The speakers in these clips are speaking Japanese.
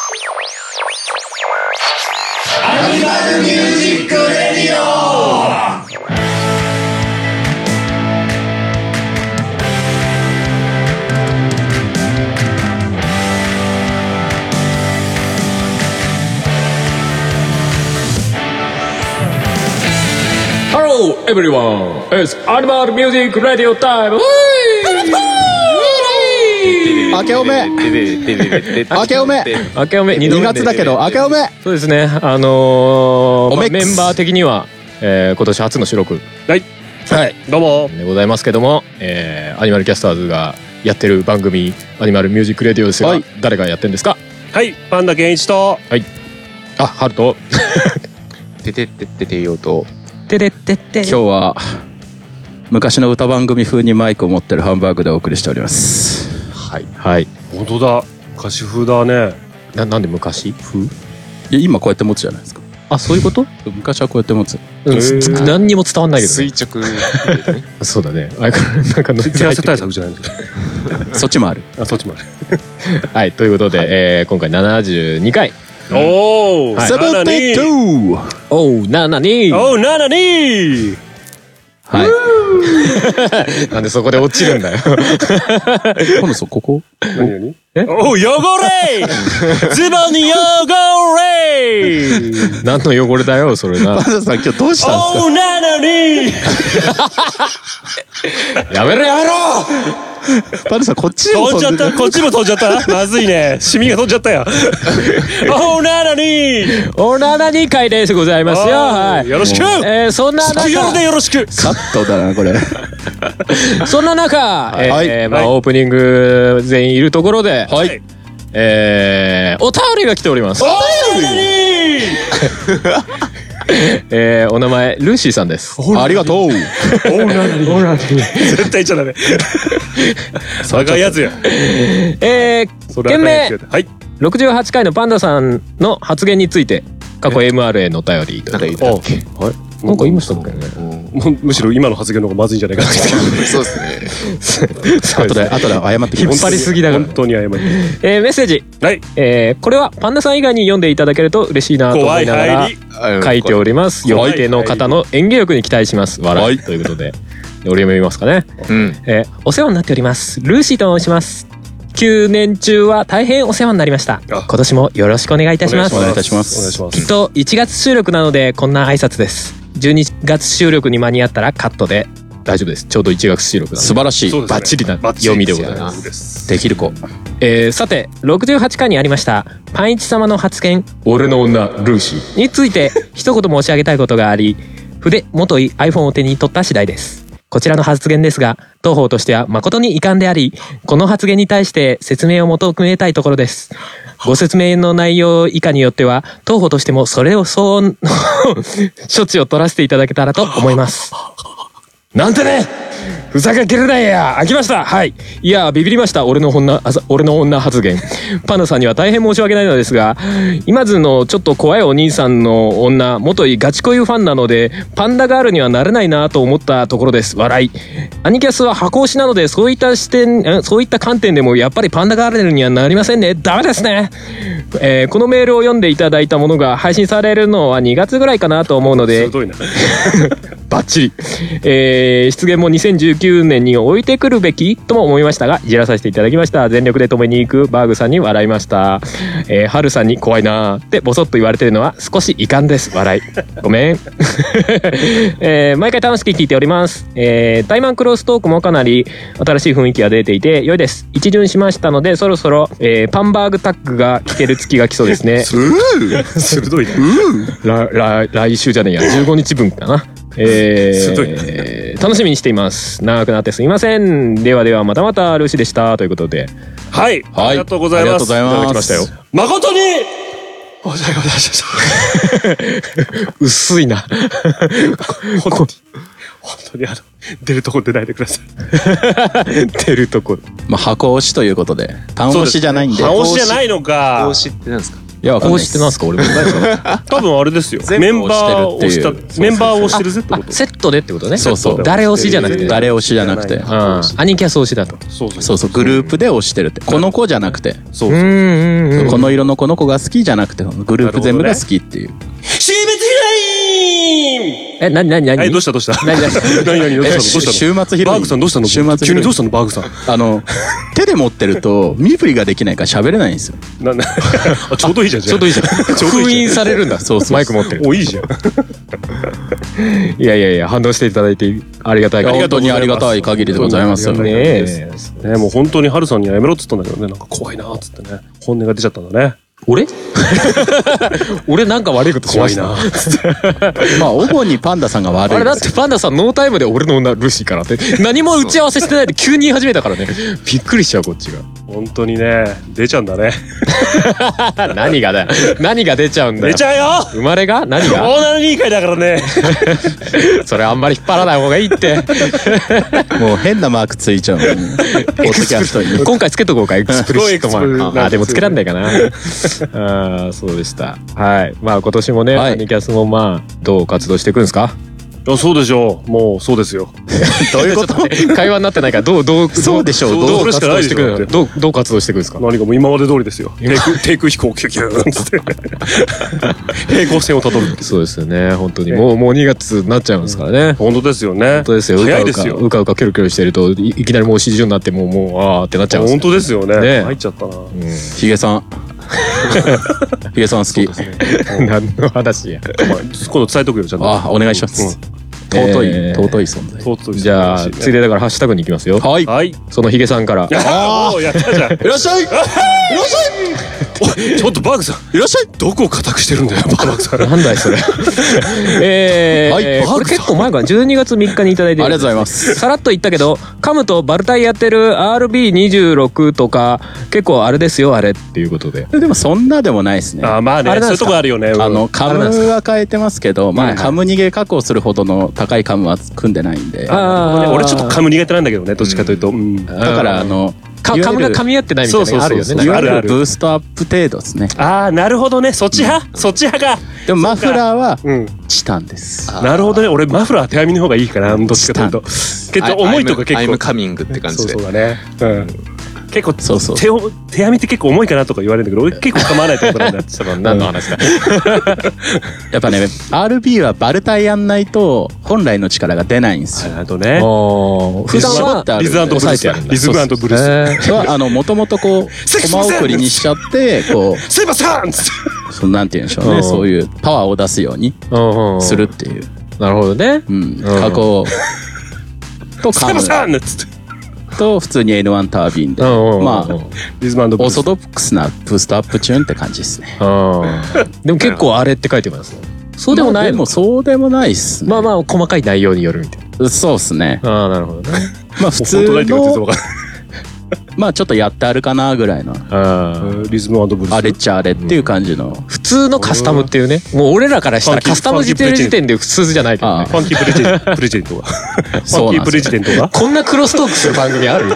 アニマルミュージックレディオ。 Hello everyone, it's Animal Music Radio Time. 明けおめ明けおめ明けおめ 2月だけど明けおめ。 そうですね、メンバー的には、今年初の収録はいどうもでございますけども、アニマルキャスターズがやってる番組アニマルミュージックレディオですが、はい、誰がやってるんですか？ はい、パンダケンイチと、 はい、あ、ハルトててってっててよとてれってって。 今日は昔の歌番組風にマイクを持ってるハンバーグでお送りしております。 はいはい、 本当だ、昔風だね。 なんで昔風？いや、今こうやって持つじゃないですか。 あ、そういうこと？ 昔はこうやって持つ。 何にも伝わんないけど、ね、 垂直そうだね。なんか手汗対策じゃないですか。 そっちもある。 あ、そっちもある。 はい、ということで、今回72回。 おー、 72。 おー、72。 おー、72。 はい。 なんでそこで落ちるんだよ。 今度ここ。 何？お、汚れズボンに汚れ何の汚れだよ、それな。 パンダさん今日どうしたんですか？ お、なのにやめろやめろ。 パンダさんこっち飛んじゃった、こっちも飛んじゃった。まずいね、シミが飛んじゃったよ。お、なのにお、72回ですございますよ。はい、 よろしく。 そんな中、 夜でよろしく。 カットだなこれ。 そんな中、まあ、オープニング全員いるところで、 はい、 お便りが来ております。 お便りお名前ルーシーさんです。 ありがとう。 絶対言っちゃダメ。高いやつや。 件名、はい、68回のパンダさんの発言について過去 MR へのお便りということで。なんか言いましたっけね。 むしろ今の発言の方がまずいんじゃないかって。 そうですね。後で謝って引っ張りすぎだから本当に謝り。メッセージ、はい、これはパンダさん以外に読んでいただけると嬉しいなと思いながら書いております。読み手の方の演技力に期待します。笑いということで俺読みますかね。お世話になっております、ルーシーと申します。9年中は大変お世話になりました。今年もよろしくお願いいたします。 お願いいたします。 きっと1月収録なのでこんな挨拶です。12月収録に間に合ったらカットで大丈夫です。ちょうど1月収録なので素晴らしい、 バッチリな読みでございます。 できる子。 さて68回にありましたパンイチ様の発言、俺の女ルーシーについて一言申し上げたいことがあり、筆元い iPhone を手に取った次第です。こちらの発言ですが、当方としては誠に遺憾であり、この発言に対して説明を求めたいところです。ご説明の内容以下によっては、当方としてもそれを処置を取らせていただけたらと思います。なんてね、ふざけきれないや。飽きました。はい。いや、ビビりました。俺の女発言。パンダさんには大変申し訳ないのですが、今津のちょっと怖いお兄さんの女、元いガチ恋ファンなので、パンダガールにはなれないなと思ったところです。笑い。アニキャスは箱推しなので、そういった観点でもやっぱりパンダガールにはなりませんね。ダメですね。このメールを読んでいただいたものが配信されるのは2月ぐらいかなと思うので、 鋭いな。 バッチリ。出現も2019年に置いてくるべきとも思いましたが、いじらさせていただきました。全力で止めに行くバーグさんに笑いました。ハルさんに怖いなーってボソッと言われてるのは少し遺憾です。笑い。ごめん。毎回楽しく聞いております。タイマンクロストークもかなり新しい雰囲気が出ていて良いです。一巡しましたので、そろそろ、パンバーグタッグが聞ける月が来そうですね。 鋭いな。 来週じゃねえや、15日分かな。楽しみにしています。長くなってすみません。ではではまたまたルーシでしたということで、 はい、ありがとうございます。 いただきましたよ。 誠に申し訳ございません。 薄いな。 本当に出るとこ出ないでください。 出るとこ。 まあ箱推しということで、単推しじゃないんで。 単推しじゃないのか。 推しって何ですか？ いや、わかんこうないです。 してなんすか俺も。 多分あれですよ。 全部メンバーを押した押してるっていうメンバーを押してるぜってこと。 セットでってことね。 そうそう誰推しじゃなくて。 誰推しじゃなくて。 うん。アニキャス推しだと。 そうそうそうそう、グループで推してるって。この子じゃなくて、 そううんうんうん。 この色のこの子が好きじゃなくて、グループ全部が好きっていう。 シーベツヒライン。 なにはい、どうしたどうした。 何何どうしたのどうしたの。 週末ヒロイン。 バーグさんどうしたの。 週末ヒロイン急にどうしたのバーグさん。 手で持ってると、身振りができないから喋れないんですよ。 あ、ちょうどいいじゃん。 ちょうどいいじゃん。封印されるんだ。 そうそうマイク持ってる。 お、いいじゃん。 いやいやいや、反応していただいてありがたい。 本当にありがたい限りでございますよねね。 え。 ね、もう本当にハルさんにはやめろっつったんだけどね、なんか怖いなーっつってね、本音が出ちゃったんだね。 俺俺なんか悪いことしました。 まあ、主にパンダさんが悪いです。 あれだってパンダさんノータイムで俺の女ルーシーからって何も打ち合わせしてないで急に言い始めたからね。びっくりしちゃうこっちが。 本当にね、出ちゃうんだね。 何がだよ。何が出ちゃうんだよ。 出ちゃうよ。 生まれが何がオーナー委員会だからね。 それあんまり引っ張らない方がいいって。 もう変なマークついちゃうのに。ポッドキャストに。 今回つけとこうか、エクスプリシットマーク。 そうエクスプあ、でもつけらんないかな。ああ、そうでした。はい。まあ今年もね、 はいアニキャスもまあ、どう活動していくんですか？ いや、そうでしょう。もうそうですよ。 どういうこと？ 会話になってないから、どうそうでしょう。 どうそれしかないでしょ活動していくの？どう活動していくんですか？ 何かもう今まで通りですよ。低空飛行キュキューンつって平行線をたどる。 そうですよね。本当にもう2月になっちゃうんですからね。 本当ですよね。 本当ですよ。 早いですよ。 うかうかキョロキョロしてるといきなりもう指示になってもうあーってなっちゃうんですよ。 本当ですよね。 ね入っちゃったな。 ヒゲさん。ヒゲさん好き。 何の話や。 まあ今度伝えとくよ、ちゃんと。 あ、お願いします。尊い存在。 尊いじゃあついでだからハッシュタグに行きますよ。 はい。 はい。 そのヒゲさんから。 ああ、やったじゃん。 いらっしゃい。いらっしゃおい、ちょっとバーグさん。 い。いらっしゃい。 どこを固くしてるんだよ、バーグさん。 なんだいそれ。 はいこれ結構前から12月3日にいただいてる。 ありがとうございます。 さらっと言ったけど、カムとバルタイやってる RB26 とか、結構あれですよ、あれっていうことで。 でもそんなでもないですね。 あ、まあね、そういうとこあるよね。 カムは変えてますけど、まあ、 はいはいカム逃げ確保するほどの高いカムは組んでないんで。だ俺ちょっとカム苦手なんだけどね、どっちかというと。 から、 カムが噛み合ってないみたいなのがあるよね。 いわゆあるあるるブーストアップ程度ですね。 ああ、なるほどね。そっち派そっち派か。 でもマフラーはうん。 チタンです。 なるほどね。俺マフラー手編みの方がいいかな、どっちかというと。けど重いとか結構。 アイムカミングって感じでそう。だね。うん。結構そうそう手編みって結構重いかなとか言われるんだけど、俺結構構わないタイプなんだ。 その何の話だ。 やっぱね、RB はバルタイやんないと本来の力が出ないんですよ。 あとね。 普段はリズムブルース。リズムブルース。 それはもともとこう、コマ送りにしちゃって、こう、 すいませんつって。 そのなんて言うんでしょうね、そういうパワーを出すようにするっていう。 なるほどね。 加工とカムすいませんつって。 と普通に N1 タービンで、まあ、 リズムブルース。 オーソドックスなブーストアップチューンって感じですね。 でも結構あれって書いてますね。そうでもないでもそうでもないっすね。 まあまあ細かい内容によるみたいな。 そうっすね。 ああ、なるほどね。 まあ普通の、まあちょっとやってあるかなぐらいの、 リズムブルース。 あれっちゃあれっていう感じの。 普通のカスタムっていうね。もう俺らからしたらカスタムしてる時点で普通じゃないけどね。 ファンキープレジデントが。ファンキープレジデントが。 こんなクロストークする番組ある？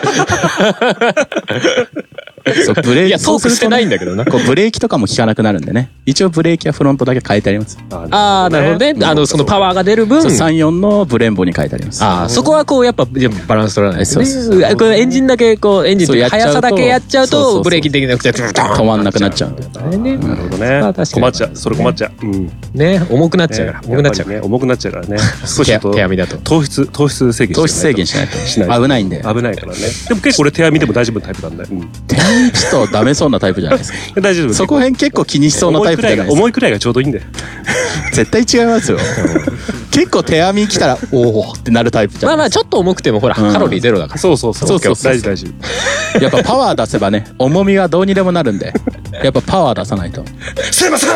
そうブレーキ、 いや、トークしてないんだけどな。 こうブレーキとかも効かなくなるんでね。一応ブレーキはフロントだけ変えてあります。 ああ、なるほどね。そのパワーが出る分。 3、4のブレンボに書いてあります。 ああ、そこはこう、やっぱバランス取らないですね。これエンジンだけ、こう、エンジンの速さだけやっちゃうと、ブレーキできなくて、 止まんなくなっちゃうんで。 なるほどね。困っちゃう。それ困っちゃう。 ね、重くなっちゃうから。重くなっちゃうから。 重くなっちゃうからね。少し手編みだと。 糖質制限糖質制限しないと。危ないんで。 危ないからね。でも結構俺手編みでも大丈夫なタイプなんだよ。 手編みちょっとダメそうなタイプじゃないですか。 大丈夫。 そこへん結構気にしそうなタイプじゃないですか。 重いくらいがちょうどいいんだよ。 絶対違いますよ。結構手編み来たら、おおってなるタイプじゃないですか。 まあまあ、ちょっと重くてもほら、カロリーゼロだから。 そう。大事。 やっぱパワー出せばね、重みはどうにでもなるんで、やっぱパワー出さないと。 すいません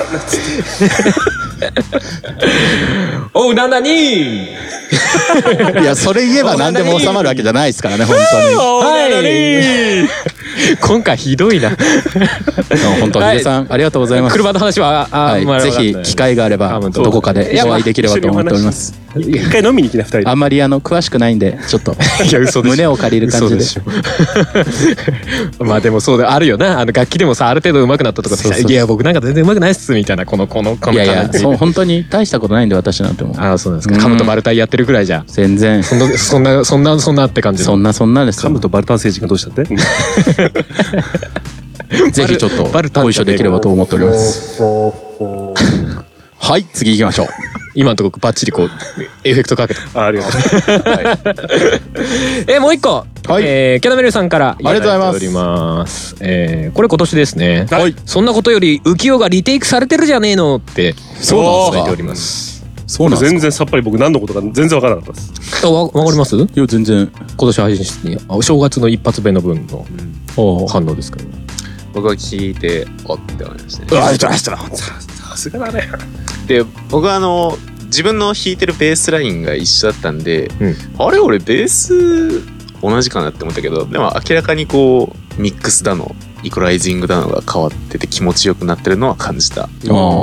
おう、なんだにいや、それ言えば何でも収まるわけじゃないですからね、本当に。 はい。 今回ひどいな。 本当、ヒデさん、ありがとうございます。 車の話は、 はい、ぜひ機会があればどこかでお会いできればと思っております。 一回飲みに来な、二人で。 あんまり詳しくないんでちょっといや嘘でしょ胸を借りる感じで。 嘘でしょまあでもそうだあるよな、楽器でもさある程度上手くなったとかさ、いや僕なんか全然上手くないっすみたいなこのいやいや、そう本当に大したことないんで私なんても。 ああそうなんですか。カムとバルタイやってるくらいじゃ全然そんなって感じの。 そんなですよ。 カムとバルタン星人がどうしたって？ ぜひちょっとご一緒できればと思っております。はい、次行きましょう。 今のところバッチリこうエフェクトかけた。 ありがとう。 もう一個、 はい、 キャナメルさんからありがとうございます。 おります。これ今年ですね。 はい。 そんなことより浮世がリテイクされてるじゃねえのってそうなんですか。 書いております。 そうなんですか。 全然さっぱり僕何のことか全然わからなかったです。 わかります？いや全然。 今年配信して正月の一発目の分の反応ですけど。 僕は聞いておって思いましたね。 さすがだね。 で僕は自分の弾いてるベースラインが一緒だったんで、あれ俺ベース同じかなって思ったけど、でも明らかにこうミックスだのイコライジングだのが変わってて気持ちよくなってるのは感じた。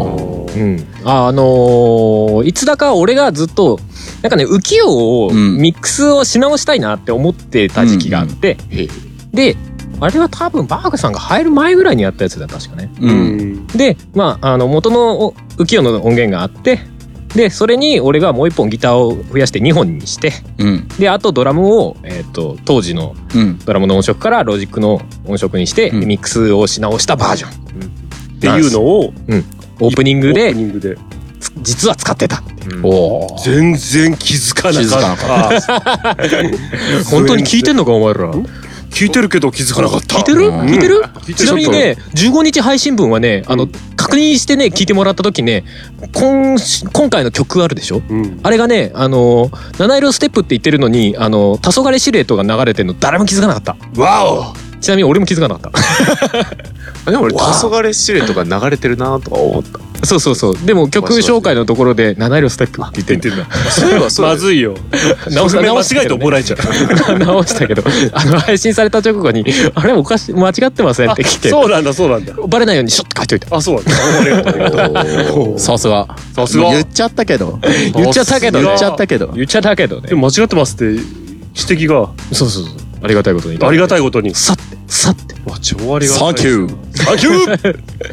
いつだか俺がずっとなんかね浮世をミックスをし直したいなって思ってた時期があって、であれは多分バーグさんが入る前ぐらいにやったやつだ確かね。でまあ元の浮世の音源があって、でそれに俺がもう一本ギターを増やして2本にして、であとドラムを当時のドラムの音色からロジックの音色にしてミックスをし直したバージョンっていうのをオープニングで実は使ってた。 全然気づかなかった。 本当に聞いてんのかお前ら。 聞いてるけど気づかなかった。 聞いてる？ちなみにね15日配信分はね確認してね聞いてもらった時ね今回の曲あるでしょ、あれがね七色ステップって言ってるのに黄昏シルエットが流れてるの誰も気づかなかった。 わお。 ちなみに俺も気づかなかったでも俺黄昏シルエットが流れてるなとか思った。 そうでも曲紹介のところで七色ステップって言ってるんだ。 そういえばそうまずいよ。直し間違えて怒られちゃう。 直したけど配信された直後にあれおかしい間違ってませんって来て、 そうなんだバレないようにシュッと書いといた。 あそうなんだ。 さすが言っちゃったけど言っちゃったけどね。 でも間違ってますって指摘がそうありがたいことにさって超ありがたい。 サンキュー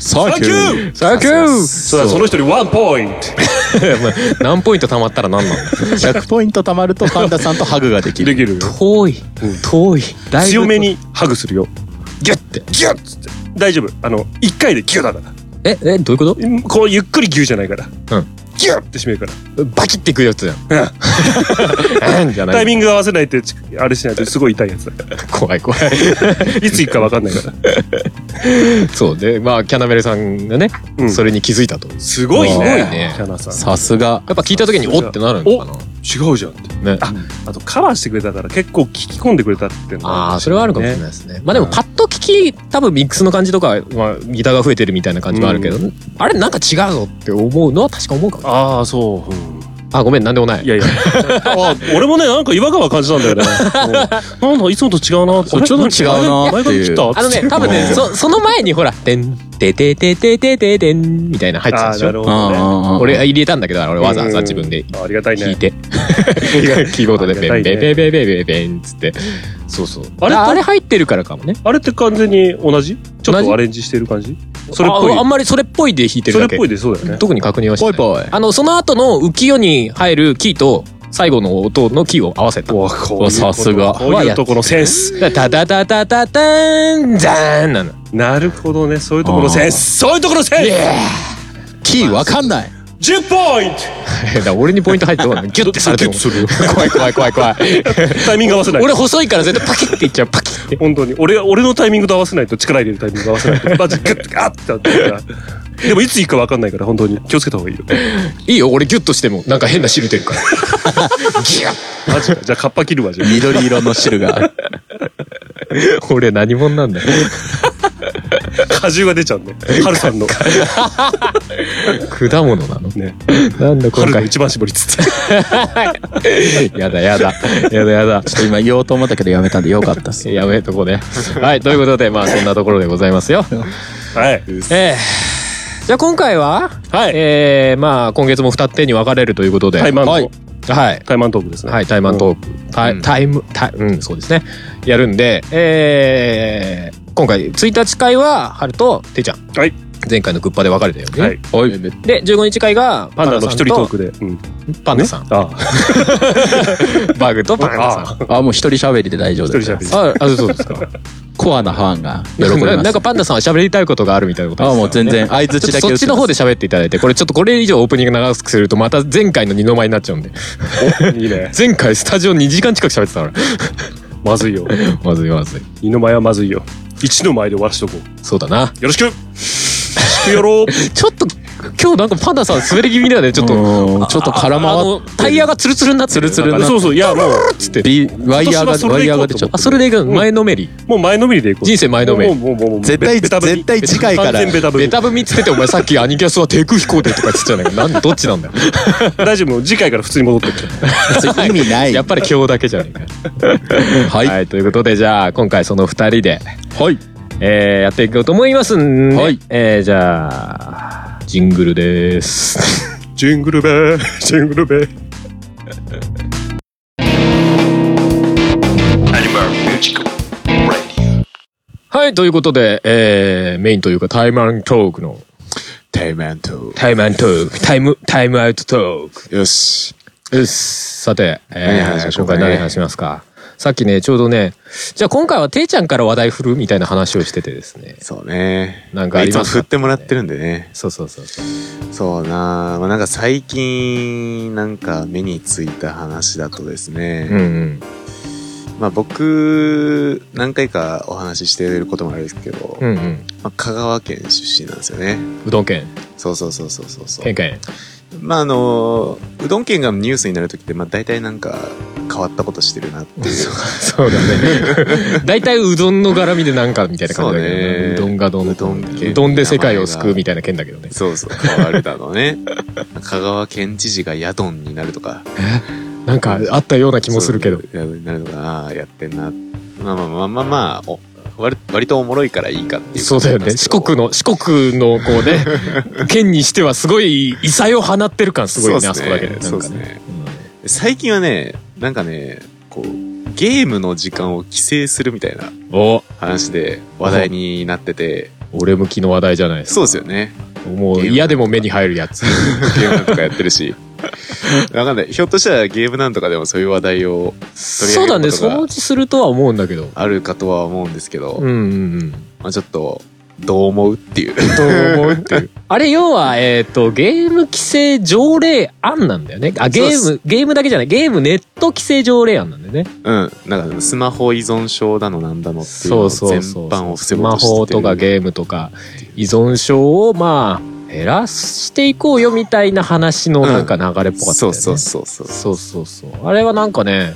その人に1ポイント。 何ポイント貯まったら何なんだ。 100ポイント貯まると神田さんとハグができる。 遠いだいぶ強めにハグするよ。 ギュッてギュッつって大丈夫。1回でギュッだから。 どういうこと？ こうゆっくりギュッじゃないから。ギュッって締めるから。 バキっていくやつやん。 タイミング合わせないってあれしないとすごい痛いやつだ。 怖いいつ行くか分かんないから。 そうでまあキャナメルさんがねそれに気づいたと。 すごいねキャナさん。 さすが。 やっぱ聞いた時におってなるのかな。 違うじゃんってね。あとカバーしてくれたから結構聞き込んでくれたっていうのそれはあるかもしれないですね。まあでもパッと多分ミックスの感じとかギターが増えてるみたいな感じもあるけど、あれなんか違うぞって思うのは確か思うかも。 そうごめんなんでもない。 いや俺もねなんか違和感は感じたんだよね。なんだいつもと違うなって。 ちょっと違うなっていう。 多分ねその前にほらてんてててててててんみたいな入ってたでしょ。俺入れたんだけど俺わざわざ自分でありがたいね弾いてキーボードでベンベンベンベンベンベンベンつって。そうあれ入ってるからかもね。 あれって完全に同じ？ちょっとアレンジしてる感じ？それっぽい。 あんまりそれっぽいで弾いてるだけ。 それっぽいでそうだよね。 特に確認はしてない。 ぽいその後の浮世に入るキーと最後の音のキーを合わせた。 さすが。 こういうところセンス。 タタタタタターンザーンなの。 なるほどね。そういうところセンス。そういうところセンス。 キーわかんない。 10ポイント。 俺にポイント入ってどうなの？ギュッてされても怖い。 タイミング合わせない。 俺細いから絶対パキッていっちゃう。パキッて。 本当に俺のタイミングと合わせないと力入れるタイミング合わせないとマジグッてガッてなってるから。でもいつ行くか分かんないから本当に気をつけた方がいいよ。 いいよ俺ギュッとしてもなんか変な汁出るから。ギュッ。 マジか。じゃあカッパ切るわじゃあ。 緑色の汁が。 俺何者なんだよ。 果汁が出ちゃうね。ハルさんの。 果物なのね。 なんだ今回。 春の一番搾りっつって。 やだやだ。やだやだ。 ちょっと今言おうと思ったけどやめたんでよかったっす。 やめとこね。はい、ということで、まあそんなところでございますよ。 はい。 じゃあ今回は、 はい。 まあ今月も2手に分かれるということで。 タイマントーク。 はい。 タイマントークですね。 はい、タイマントーク。そうですね。やるんで、今回、1日会は、春とていちゃん。 はい。 前回のグッパで分かれたよね。 はい。 で、15日会が、 パンダの一人トークで。 パンダさん。 あバグとパンダさん。 あ、もう一人喋りで大丈夫です。 一人喋り。 そうですか。 コアなファンが喜びます。 なんかパンダさんは喋りたいことがあるみたいなことですよね。 もう全然相槌だけそっちの方で喋っていただいて、これちょっとこれ以上オープニング長くするとまた前回の二の舞になっちゃうんで。 いいね。 前回スタジオ2時間近く喋ってたから。 まずいよ。 まずいまずい。 二の舞はまずいよ。一の舞で終わらしとこう。 そうだな。 よろしく。やろう。 ちょっと今日なんかパンダさん滑り気味だよね。ちょっと空回ってタイヤがツルツルになってる。 ツルツル。 そうそう、いやもうつってワイヤーが出ちゃった。 それでいく前のめり。 もう前のめりでいこう。 人生前のめり。 もう絶対次回から完全ベタ踏み。 ベタ踏みっつっててお前さっきアニキャスは低空飛行でとか言ってたじゃないか。なんどっちなんだよ。 大丈夫、次回から普通に戻ってっちゃう。 意味ない。 やっぱり今日だけじゃねえか。はい、ということでじゃあ今回その2人でやっていこうと思いますんで、 はい、 じゃあジングルです。 ジングルベー、ジングルベー。 はい、ということで、メインというかタイムアウトトークのタイムアウトトーク。 よし。 さて、今何話しましょうかね回何話しますか。さっきねちょうどね、じゃあ今回はていちゃんから話題振るみたいな話をしててですね。 そうね。 なんかありますか。 いつも振ってもらってるんでね。 そう。 そうな、なんか最近なんか目についた話だとですね。まあ僕何回かお話ししていることもあるんですけど、まあ、香川県出身なんですよね。 うどん県。 そう。 県。 まあうどん県がニュースになるときってまあ大体なんか変わったことしてるなっていう。 そうだね。大体うどんの絡みでなんかみたいな感じだけどね。うどんがどんどん。うどんで世界を救うみたいな県だけどね。 そう変わるだろうね。香川県知事がヤドンになるとか。 なんかあったような気もするけど。 ヤドンになるとか、やってんな。まあ割とおもろいからいいかっていう。 そうだよね。四国のこうね、県にしてはすごい異彩を放ってる感すごいね、あそこだけで。 そうですね。最近はね、なんかね、こう、ゲームの時間を規制するみたいな話で話題になってて。 俺向きの話題じゃないですか。 そうですよね。 もう嫌でも目に入るやつ。 ゲームなんとかやってるし。わかんない。ひょっとしたらゲームなんとかでもそういう話題を取り上げるそうだね、そのうちするとは思うんだけど。 あるかとは思うんですけど。まあちょっと、どう思うっていう。 どう思うっていう。あれ、要は、ゲーム規制条例案なんだよね。ゲームだけじゃない。ゲームネット規制条例案なんだよね。 なんか、スマホ依存症だのなんだのっていうの全般を防ごうとしてる。 スマホとかゲームとか依存症を、まあ、減らしていこうよみたいな話のなんか流れっぽかったよね。そう。あれはなんかね、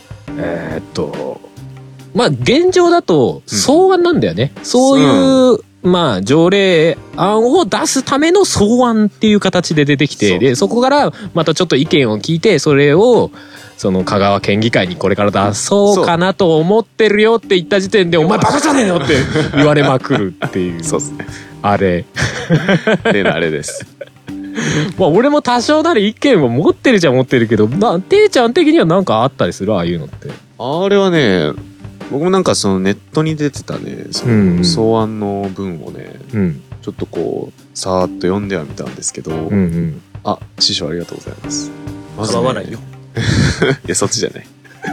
まあ現状だと草案なんだよね。そういう、まあ条例案を出すための草案っていう形で出てきて、でそこからまたちょっと意見を聞いて、それをその香川県議会にこれから出そうかなと思ってるよって言った時点で、お前バカじゃねえのって言われまくるっていう。 そうですね。 あれ。 例のあれです。 まあ俺も多少なり意見を持ってるじゃ持ってるけど、ていちゃん的にはなんかあったりする、ああいうのって。 あれはね、僕もなんかそのネットに出てたね、その草案の文をね、ちょっとこうさーっと読んではみたんですけど、あ、師匠ありがとうございます。 構わないよ。 いや、そっちじゃない。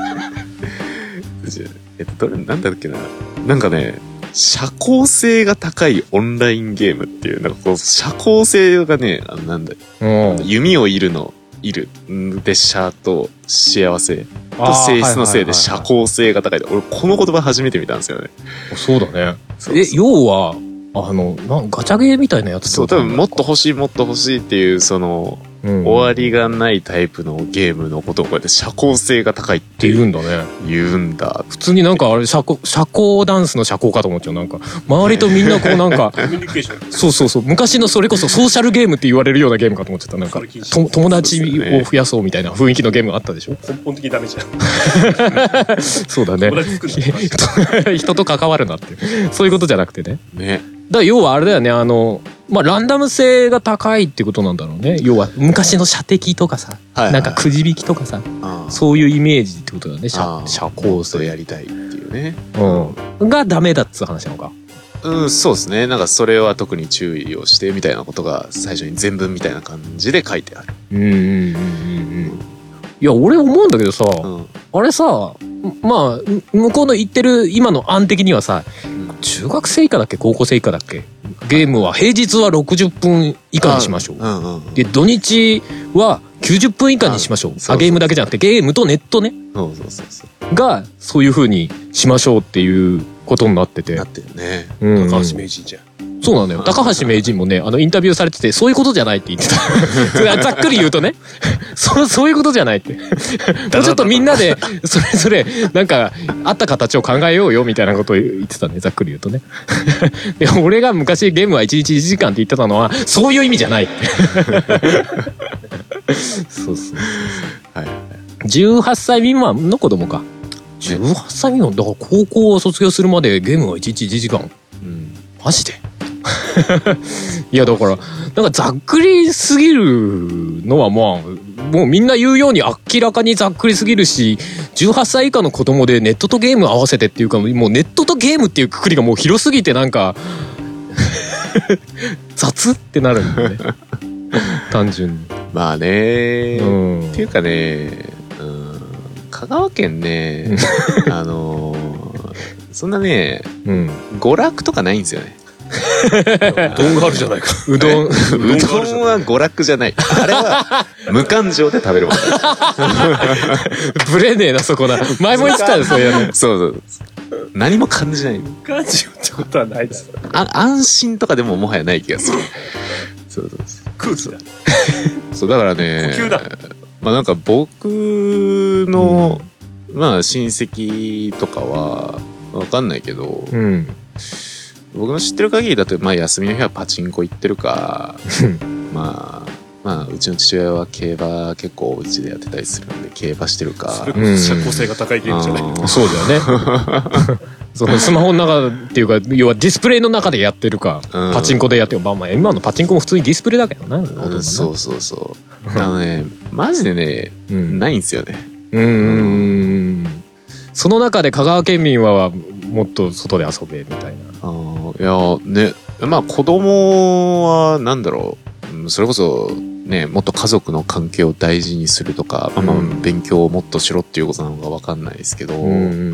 なんだっけな、なんかね、社交性が高いオンラインゲームっていう、なんかこう社交性がね、なんだ、弓を射るで社と幸せと性質のせいで社交性が高い。俺この言葉初めて見たんですよね。 そうだね。要はガチャゲーみたいなやつってそう、多分もっと欲しいっていうそのうん終わりがないタイプのゲームのことをこうやって社交性が高いっってて言うんだね。 言うんだ。 普通になんかあれ社交ダンスの社交かと思っちゃう。なんか周りとみんなこうなんかコミュニケーション。 そう昔のそれこそソーシャルゲームって言われるようなゲームかと思っちゃった。なんか友達を増やそうみたいな雰囲気のゲームがあったでしょ。 根本的にダメじゃん。 そうだね。 友達作るの人と関わるなってそういうことじゃなくてね。 ね。 だから要はあれだよね、まあランダム性が高いってことなんだろうね。要は昔の射的とかさ、 はいはいなんかくじ引きとかさ、 あそういうイメージってことだね。 あ社交性、 そうやりたいっていうね。 がダメだっつう話なのか。 うん、そうですね。なんかそれは特に注意をしてみたいなことが最初に全文みたいな感じで書いてある。 いや俺思うんだけどさ、 うん。 あれさ、まあ向こうの言ってる今の案的にはさ、中学生以下だっけ高校生以下だっけ、ゲームは平日は60分以下にしましょう。 うんうん。 で土日は90分以下にしましょう。 そうそうゲームだけじゃなくてゲームとネットねそう。 がそういう風にしましょうっていうことになってて、 なってるね。 うん高橋名人じゃん。 そうなのよ。高橋名人もね、インタビューされてて、そういうことじゃないって言ってた。ざっくり言うとね、そういうことじゃないって。もうちょっとみんなで、それぞれ、なんか、あった形を考えようよ、みたいなことを言ってたね。ざっくり言うとね。で俺が昔ゲームは1日1時間って言ってたのは、そういう意味じゃないって。そう。 はい。 18歳未満の子供か。18歳未満だから高校を卒業するまでゲームは1日1時間。 うん。 マジでいやだからなんかざっくりすぎるのはまあもうみんな言うように明らかにざっくりすぎるし、18歳以下の子供でネットとゲーム合わせてっていうか、もうネットとゲームっていうくくりがもう広すぎてなんか雑ってなるんだよね単純に。 まあね、 うんっていうかね、香川県ね、そんなね、 うん、 娯楽とかないんですよね。 うどんがあるじゃないか。 うどんうどんは娯楽じゃない。あれは無感情で食べるもの。 ブレねえなそこな。前も言ってたよそういうの。 そう。何も感じない。 感じよってことはないです。 安心とかでももはやない気がする。そう。 空気だ。 そうだからね。 呼吸だ。 まあなんか僕の、まあ親戚とかはわかんないけど、 うん僕の知ってる限りだと、まあ休みの日はパチンコ行ってるか、まあうちの父親は競馬結構うちでやってたりするんで競馬してるか。 それこそ社交性が高いゲームじゃない。 そうだよねそのスマホの中っていうか要はディスプレイの中でやってるか、パチンコでやってる。まあ今のパチンコも普通にディスプレイだけどな、 そうマジでね、ないんですよね。 その中で香川県民はもっと外で遊べみたいな。 いやね、まあ子供はなんだろう、それこそね、もっと家族の関係を大事にするとか、まあ勉強をもっとしろっていうことなのかわかんないですけど、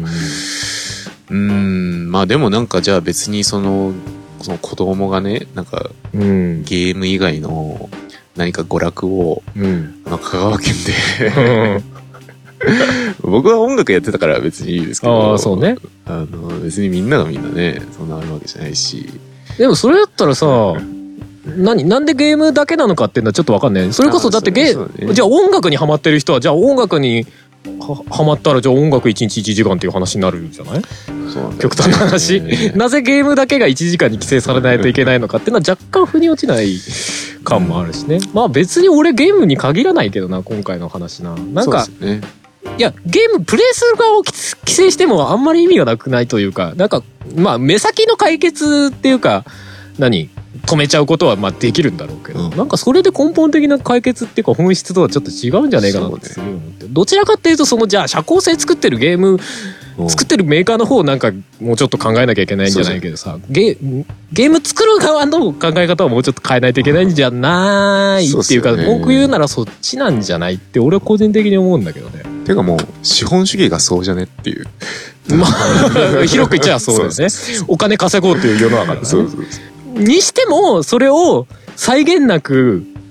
まあでもなんかじゃあ別にその子供がね、なんかゲーム以外の何か娯楽を、香川県で僕は音楽やってたから別にいいですけど、 そうね、 別にみんながみんなねそんなあるわけじゃないし。 でもそれだったらさ、なんでゲームだけなのかっていうのはちょっと分かんない。それこそだってじゃあ音楽にハマってる人はじゃあ音楽にハマったらじゃあ音楽1日1時間っていう話になるじゃない。 そうなんだよね、 極端な話、なぜゲームだけが1時間に規制されないといけないのかっていうのは若干腑に落ちない感もあるしね。まあ別に俺ゲームに限らないけどな、今回の話な。なんか、 そうですね、 いやゲームプレイする側を規制してもあんまり意味がなくないというか、なんかまあ目先の解決っていうか止めちゃうことはまあできるんだろうけど、なんかそれで根本的な解決っていうか本質とはちょっと違うんじゃねえかなってすごい思って、どちらかっていうとじゃあ社交性作ってるゲーム作ってるメーカーの方をなんかもうちょっと考えなきゃいけないんじゃないけどさ、ゲーム作る側の考え方をもうちょっと変えないといけないんじゃないっていうか、文句言うならそっちなんじゃないって俺は個人的に思うんだけどね。 てかもう資本主義がそうじゃねっていう、 まあ広く言っちゃそうですね。お金稼ごうという世の中だね。にしてもそれを際限なく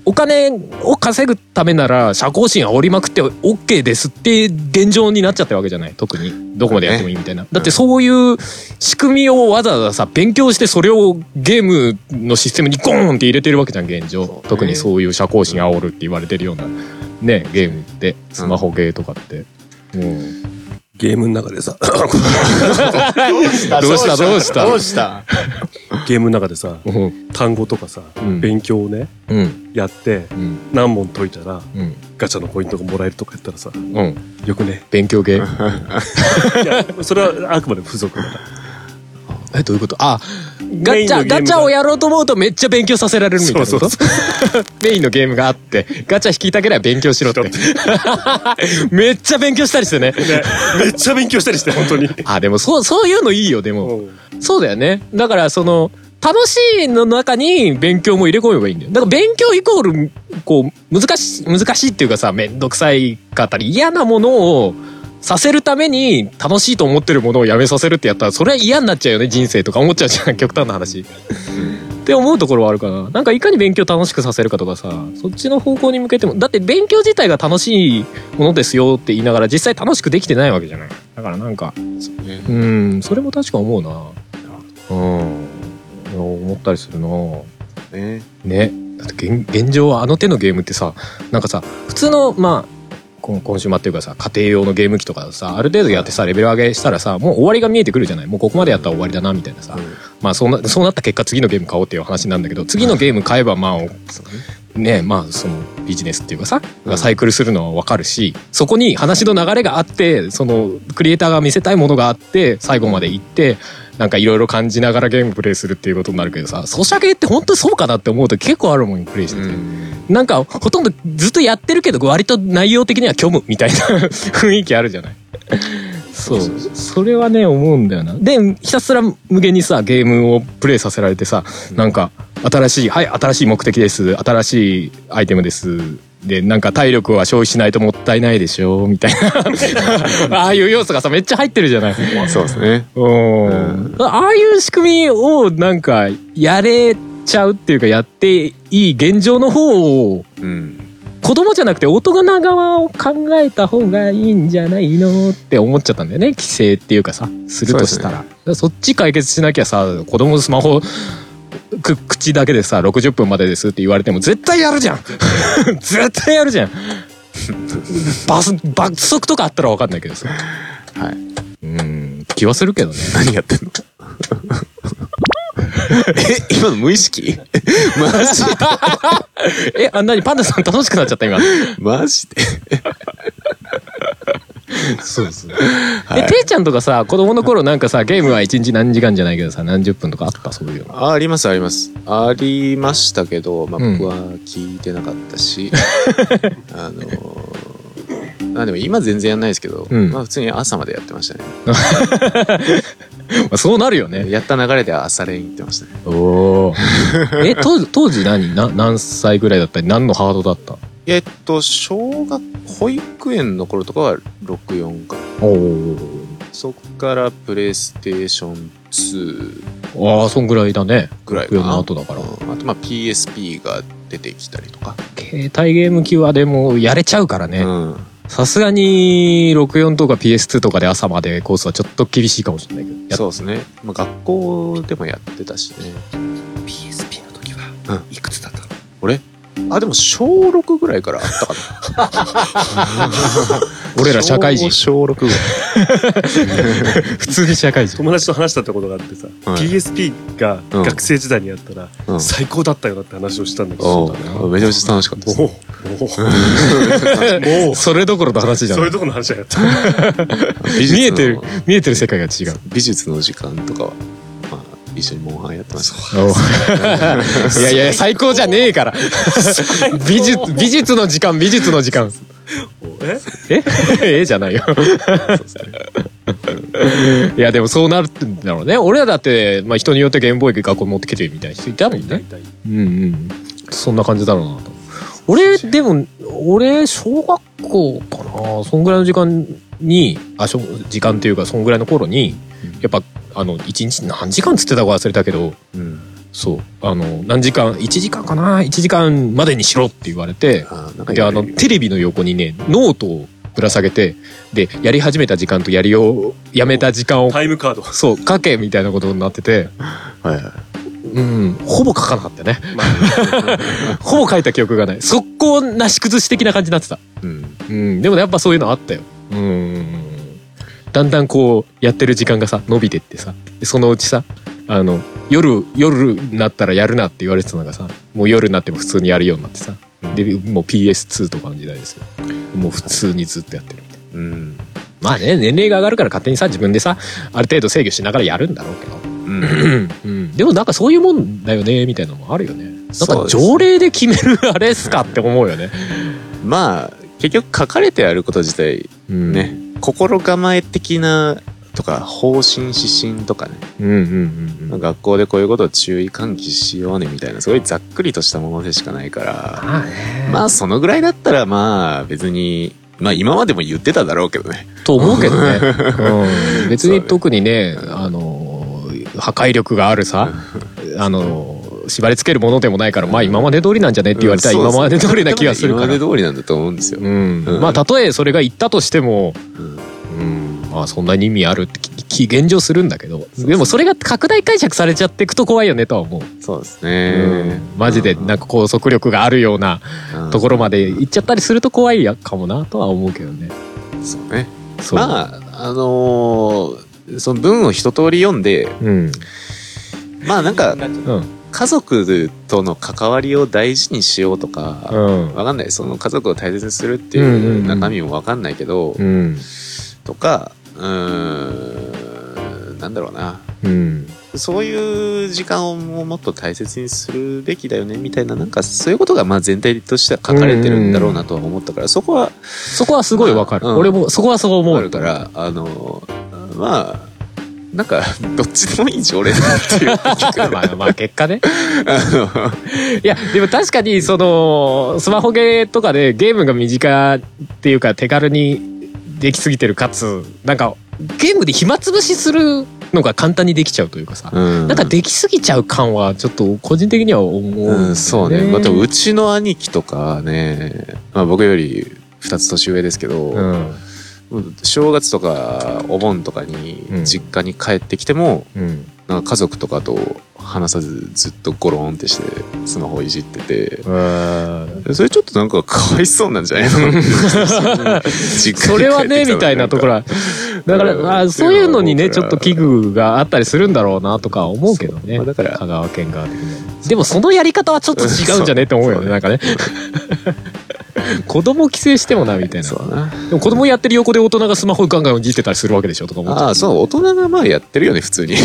お金を稼ぐためなら社交心煽りまくって OK ですって現状になっちゃってるわけじゃない。特にどこまでやってもいいみたいな。だってそういう仕組みをわざわざさ勉強してそれをゲームのシステムにゴーンって入れてるわけじゃん現状。特にそういう社交心煽るって言われてるようなねゲームってスマホゲーとかって。 ゲームの中でさどうしたゲームの中でさ単語とかさ勉強をねやって何問解いたらガチャのポイントがもらえるとかやったらさよくね勉強ゲーいやそれはあくまで付属だ。 どういうこと？ガチャをやろうと思うとめっちゃ勉強させられるみたいなこと？メインのゲームがあってガチャ引きたければ勉強しろってめっちゃ勉強したりしてねめっちゃ勉強したりして本当にでもそういうのいいよ。でもそうだよね。だからその楽しいの中に勉強も入れ込めばいいんだよ。だから勉強イコールこう難しいっていうかさめんどくさいかったり嫌なものをさせるために楽しいと思ってるものをやめさせるってやったらそれは嫌になっちゃうよね人生とか思っちゃうじゃん極端な話って思うところはあるかな。なんかいかに勉強楽しくさせるかとかさそっちの方向に向けてもだって勉強自体が楽しいものですよって言いながら実際楽しくできてないわけじゃない。だからなんかそれも確か思うな。思ったりするなね。だって現状はあの手のゲームってさなんかさ普通のコンシューマーっていうかさ家庭用のゲーム機とかさある程度やってさレベル上げしたらさもう終わりが見えてくるじゃない。もうここまでやったら終わりだなみたいなさ、そうなった結果次のゲーム買おうっていう話なんだけど次のゲーム買えばそのビジネスっていうかさサイクルするのは分かるしそこに話の流れがあってそのクリエイターが見せたいものがあって最後まで行ってなんかいろいろ感じながらゲームプレイするっていうことになるけどさソシャゲって本当にそうかなって思うと結構あるもんプレイしててなんかほとんどずっとやってるけど割と内容的には虚無みたいな雰囲気あるじゃないそれはね思うんだよな。でひたすら無限にさゲームをプレイさせられてさなんか新しい目的です新しいアイテムですでなんか体力は消費しないともったいないでしょみたいなああいう要素がさめっちゃ入ってるじゃない。 そうですね。 ああいう仕組みをなんかやれちゃうっていうかやっていい現状の方を、子供じゃなくて大人側を考えた方がいいんじゃないのって思っちゃったんだよね。規制っていうかさするとしたら そっち解決しなきゃさ子供のスマホ口だけでさ60分までですって言われても絶対やるじゃん絶対やるじゃん罰則とかあったら分かんないけどさ気はするけどね。 何やってんの今の無意識マジで何パンダさん楽しくなっちゃった今マジでそうですね。ていちゃんとかさ子供の頃なんかさゲームは1日何時間じゃないけどさ何十分とかあったそういうの。 ありますありましたけど、僕は聞いてなかったしでも今全然やんないですけど、普通に朝までやってましたねそうなるよね。 やった流れで朝練行ってましたね。 お当時何歳ぐらいだったり何のハードだった？ 保育園の頃とかは64か。そっからプレイステーション2。 そんぐらいだね。 ぐらいかな。 64の後だから。 あとPSP が出てきたりとか。 携帯ゲーム機はでもやれちゃうからね。さすがに64とか PS2 とかで朝までコースはちょっと厳しいかもしれないけど。 そうですね。学校でもやってたしね。 PSP の時はいくつだったの？ 俺？でも小6ぐらいからあったかな俺ら社会人小6ぐらい普通に社会人。 友達と話したってことがあってさ、PSP が学生時代にやったら最高だったよなって話をしたんだけど、 めちゃめちゃ楽しかったです、 もうそれどころの話じゃん。 それどころの話じゃなかった見えてる世界が違う。 美術の時間とかは一緒にモンハンやってましたいや最高じゃねえから美術の時間じゃないよいやでもそうなるんだろうね。俺らだって人によってゲームボーイ学校持ってきてるみたいな人いたもんね。そんな感じだろうなと。俺小学校かな、そんぐらいの時間に時間っていうかそんぐらいの頃にやっぱ1日何時間つってたか忘れたけど、 そう何時間1時間かな1時間までにしろって言われて、でテレビの横にねノートをぶら下げて、でやり始めた時間とやめた時間をタイムカードそう書けみたいなことになってて、 はいはい、 ほぼ書かなかったね、ほぼ書いた記憶がない。速攻なし崩し的な感じになってた。でもやっぱそういうのあったよ。だんだんこうやってる時間がさ伸びてってさ、でそのうちさ夜になったらやるなって言われてたのがさ、もう夜になっても普通にやるようになってさ、でもう PS2 とかの時代ですよ。もう普通にずっとやってるみたいな。まあね、年齢が上がるから勝手にさ自分でさある程度制御しながらやるんだろうけど、でもなんかそういうもんだよねみたいなのもあるよね。なんか条例で決めるあれっすかって思うよね。まあ結局書かれてあること自体ね、心構え的なとか方針指針とかね、学校でこういうことを注意喚起しようねみたいなすごいざっくりとしたものでしかないから、まあそのぐらいだったらまあ別にまあ今までも言ってただろうけどねと思うけどね、別に特にね破壊力があるさ縛り付けるものでもないから、まあ今まで通りなんじゃねって言われたら今まで通りな気がするから、 今まで通りなんだと思うんですよ。 まあたとえそれが言ったとしても、まあそんなに意味あるって現状するんだけど、でもそれが拡大解釈されちゃっていくと怖いよねとは思う。 そうですね、 マジでなんか拘束力があるようなところまで行っちゃったりすると怖いかもなとは思うけどね。 そうね。まあその文を一通り読んで、まあなんか、家族との関わりを大事にしようとか、わかんない、その家族を大切にするっていう中身もわかんないけど、とかなんだろうな、そういう時間をもっと大切にするべきだよねみたいな、なんかそういうことがまあ全体としては書かれてるんだろうなとは思ったから、そこはすごいわかる。俺もそこはそう思うからまあなんかどっちでもいい条例だっていうまあ結果ねいやでも確かにそのスマホゲーとかでゲームが身近っていうか手軽にできすぎてる、かつなんかゲームで暇つぶしするのが簡単にできちゃうというかさ、なんかできすぎちゃう感はちょっと個人的には思うんだよね。 そうね。またうちの兄貴とかね、まあ僕より2つ年上ですけど、正月とかお盆とかに実家に帰ってきても、なんか家族とかと話さずずっとゴロンってしてスマホをいじってて、それちょっとなんかかわいそうなんじゃないのそれはねみたいなところはだからそういうのにねちょっと危惧があったりするんだろうなとか思うけどね。だから香川県側的にはでもそのやり方はちょっと違うんじゃねって思うよね。なんかね子供規制してもなみたいな。でも子供やってる横で大人がスマホガンガンいじってたりするわけでしょとか思っちゃう。 そう大人がまあやってるよね普通に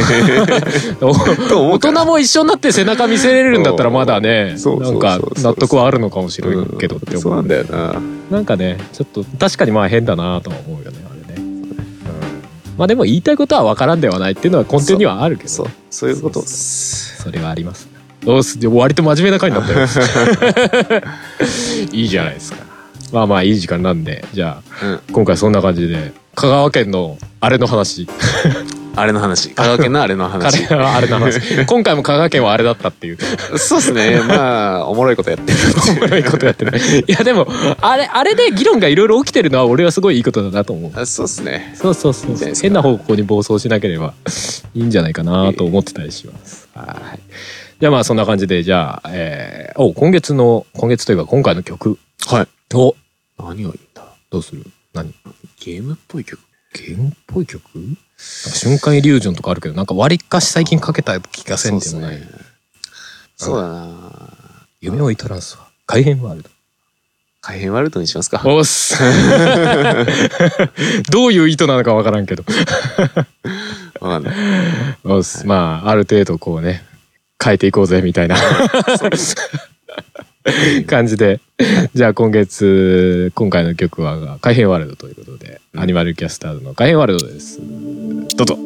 大人も一緒になって背中見せれるんだったらまだねなんか納得はあるのかもしれんけどって思う。 そうなんだよな。 なんかねちょっと確かにまあ変だなとは思うよねあれね。まあでも言いたいことは分からんではないっていうのは根底にはあるけど、 そういうことです。 それはあります。割と真面目な回になったよいいじゃないですか。まあまあいい時間なんで、じゃあ、今回そんな感じで香川県のあれの話あれの話、香川県のあれの話あれの話今回も香川県はあれだったっていうそうですね。まあおもろいことやってるおもろいことやってるいやでもあれで議論がいろいろ起きてるのは俺はすごいいいことだなと思う。 そうですね。 そう変な方向に暴走しなければいいんじゃないかなと思ってたりします。はい。じゃあまあそんな感じで、じゃあ、今月というか今回の曲。 はい。 何がいいんだ。どうする？何？ ゲームっぽい曲？ ゲームっぽい曲？なんか瞬間イリュージョンとかあるけど、なんか割かし最近かけた気がせんでもない。 そうだな。 夢追いトランスは改変ワールド。 改変ワールドにしますか。 おっす。どういう意図なのかわからんけど。 わかんない。 おっす。まあある程度こうね。変えていこうぜみたいな感じで、じゃあ今回の曲は改変ワールドということで、アニマルキャスターズの改変ワールドです。どうぞ。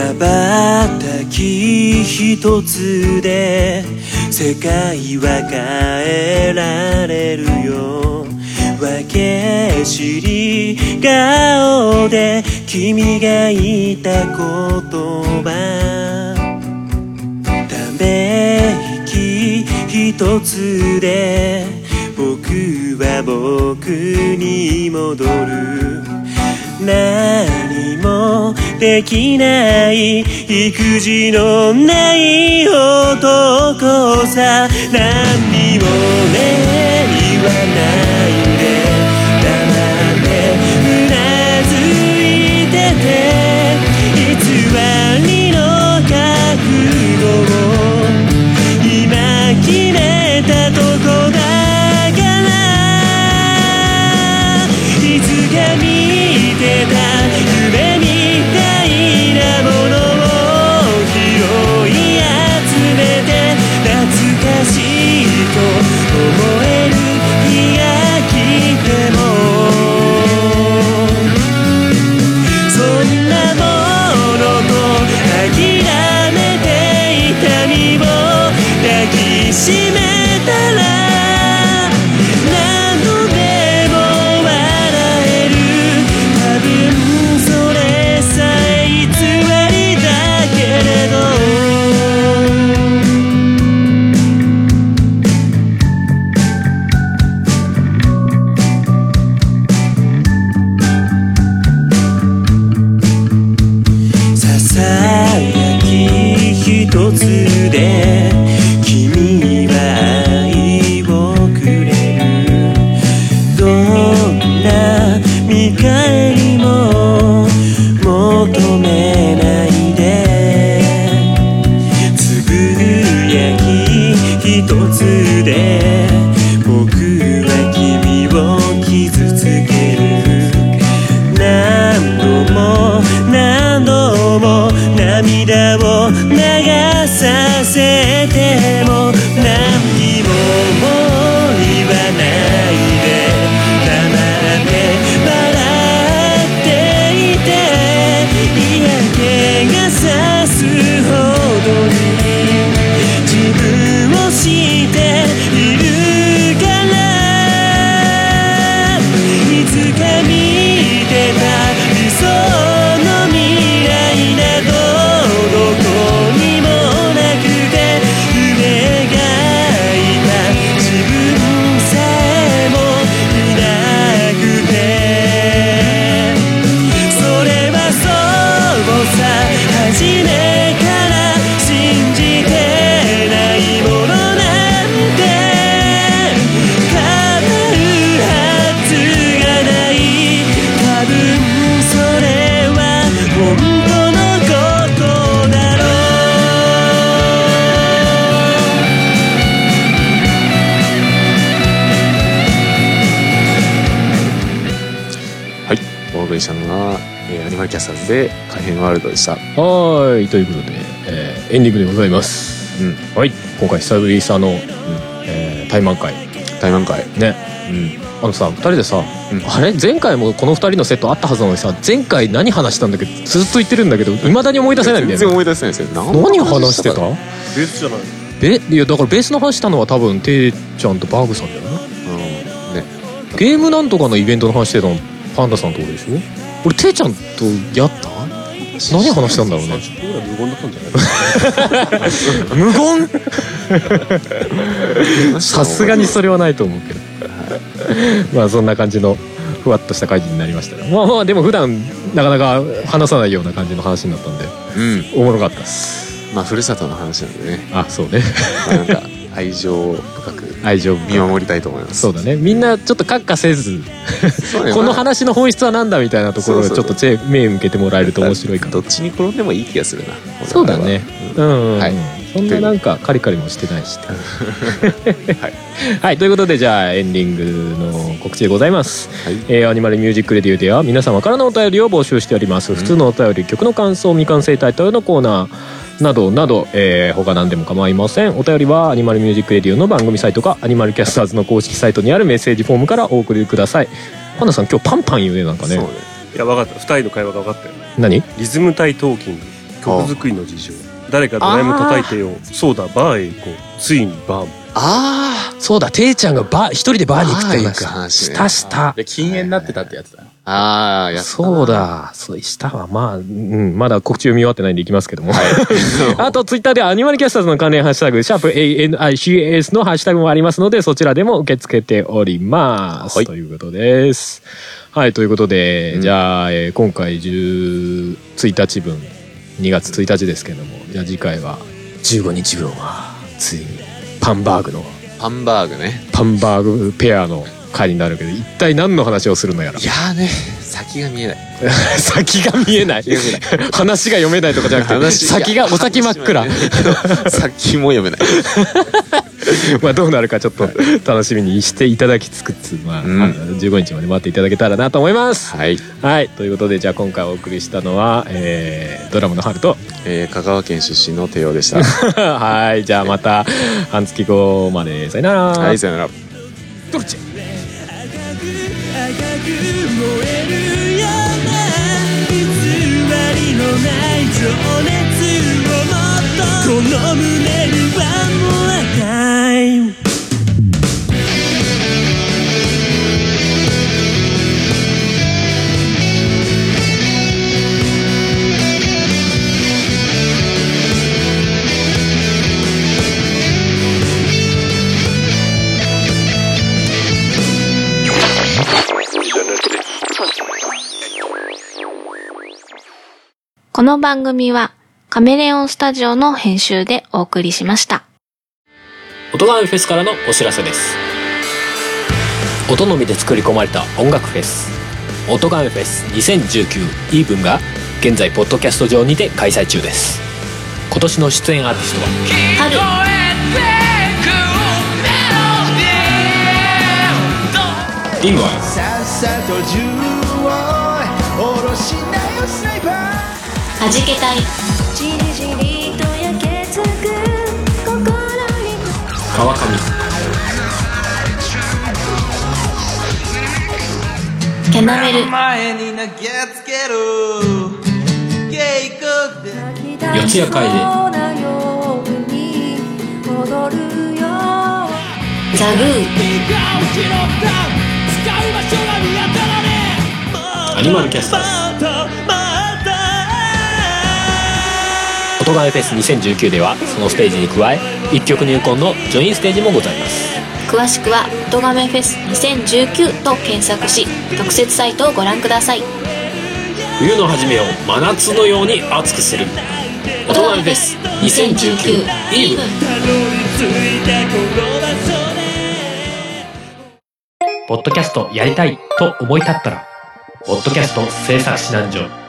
羽ばたき一つで世界は変えられるよ。分け知り顔で君が言った言葉、ため息一つで僕は僕に戻る。何もできない育児のない男さ。何にもね言わないで黙ってうなずいてて、偽りの覚悟を今決めたとこだから、いつか見てた夢みたいなものを拾い集めて、懐かしいと思える日が来ても、そんなものと諦めて痛みを抱きしめたら、何度でも笑える。多分それさえ偽りだけれど、ささやき一つで君は愛をくれる。どんな見返りも求めないで、つぶやき一つで僕は君を傷つける。何度も何度も涙を流させても、何にももう言わないで黙って笑っていて、嫌気がさすほどに自分を知っているから、いつか見てた理想の未来などどこにもなくて、夢がいた自分さえもいなくて、それはそうさ、初めから信じてないものなんて叶うはずがない。多分それは本当のことだろう。 はい、お送りしたのが、アニマルキャスターズで可変ワールドでした。 はい、ということで、エンディングでございます。はい、今回久々の、対マン会対マン会ね。さ2人でさ、あれ前回もこの2人のセットあったはずなのにさ、前回何話したんだけどずっと言ってるんだけど未だに思い出せないんだよね。 全然思い出せないですよ。 何話してた？ ベースじゃない。 いやだからベースの話したのは多分ていちゃんとバーグさんだよな。 ね。 ゲームなんとかのイベントの話してたのパンダさんとこでしょ。俺ていちゃんとやった？何話したんだろうね。 僕ら無言だったんじゃない無言さすがにそれはないと思うけどまあそんな感じのふわっとした会議になりましたが、まあまあでも普段なかなか話さないような感じの話になったんで、おもろかったです。 まあふるさとの話なんでね。 あ、そうねまあなんか愛情深く見守りたいと思います。 そうだね。みんなちょっと閣下せずこの話の本質はなんだみたいなところをちょっと目向けてもらえると面白いかな。 どっちに転んでもいい気がするな。 そうだね。 はい。 そんななんかカリカリもしてないしはい、 はい、ということでじゃあエンディングの告知でございます、アニマルミュージックレディオでは皆様からのお便りを募集しております。普通のお便り、曲の感想、未完成タイトルのコーナーなどなど、他何でも構いません。お便りはアニマルミュージックレディオの番組サイトかアニマルキャスターズの公式サイトにあるメッセージフォームからお送りください。パンダさん今日パンパン言うね、なんかね。 そうね。いや分かった。2人の会話が分かったよ。 何？ リズム対トーキング曲作りの事情。誰かドラム叩いてよ。そうだ、バーへ行こう。ついにバーも。 そうだ、ていちゃんが一人でバーに行くというか。した。 で、禁煙になってたってやつだ。 そうだ。そうしたわ。まあ、まだ告知読み終わってないんでいきますけども。あと、ツイッターではアニマルキャスターズの関連ハッシュタグ、#ANICAS のハッシュタグもありますので、そちらでも受け付けております。ということです。はい、ということで、じゃあ、今回1日分、2月1日ですけども、じゃあ次回は15日分は、ついに、パンバーグペアの回になるけど、一体何の話をするのやら。 いやーね、先が見えない。 先が見えない。話が読めないとかじゃなくて、先がお先真っ暗。 先も読めない。 まあどうなるかちょっと楽しみにしていただきつつ、まあ15日まで待っていただけたらなと思います。はい。ということで、じゃあ今回お送りしたのはドラムのハルと香川県出身のテオでした。 はい。じゃあまた半月後まで、さよなら。 はい、さよなら。 ドルチェ。 燃えるような偽りのない情熱をもっとこの胸にはもう赤いこの番組はカメレオンスタジオの編集でお送りしました。 音ガメフェスからのお知らせです。音のみで作り込まれた音楽フェス、音ガメフェス2019イーブンが現在ポッドキャスト上にて開催中です。今年の出演アーティストは春、 リンゴ、 はじけたい、 川上、 キャナメル、 四谷楓、 ザグー、 アニマルキャスターズ。音ガメフェス2019ではそのステージに加え一曲入魂のジョインステージもございます。 詳しくは音ガメフェス2019と検索し特設サイトをご覧ください。 冬の初めを真夏のように熱くする音ガメフェス2019イーブン。ポッドキャストやりたいと思い立ったらポッドキャスト制作指南所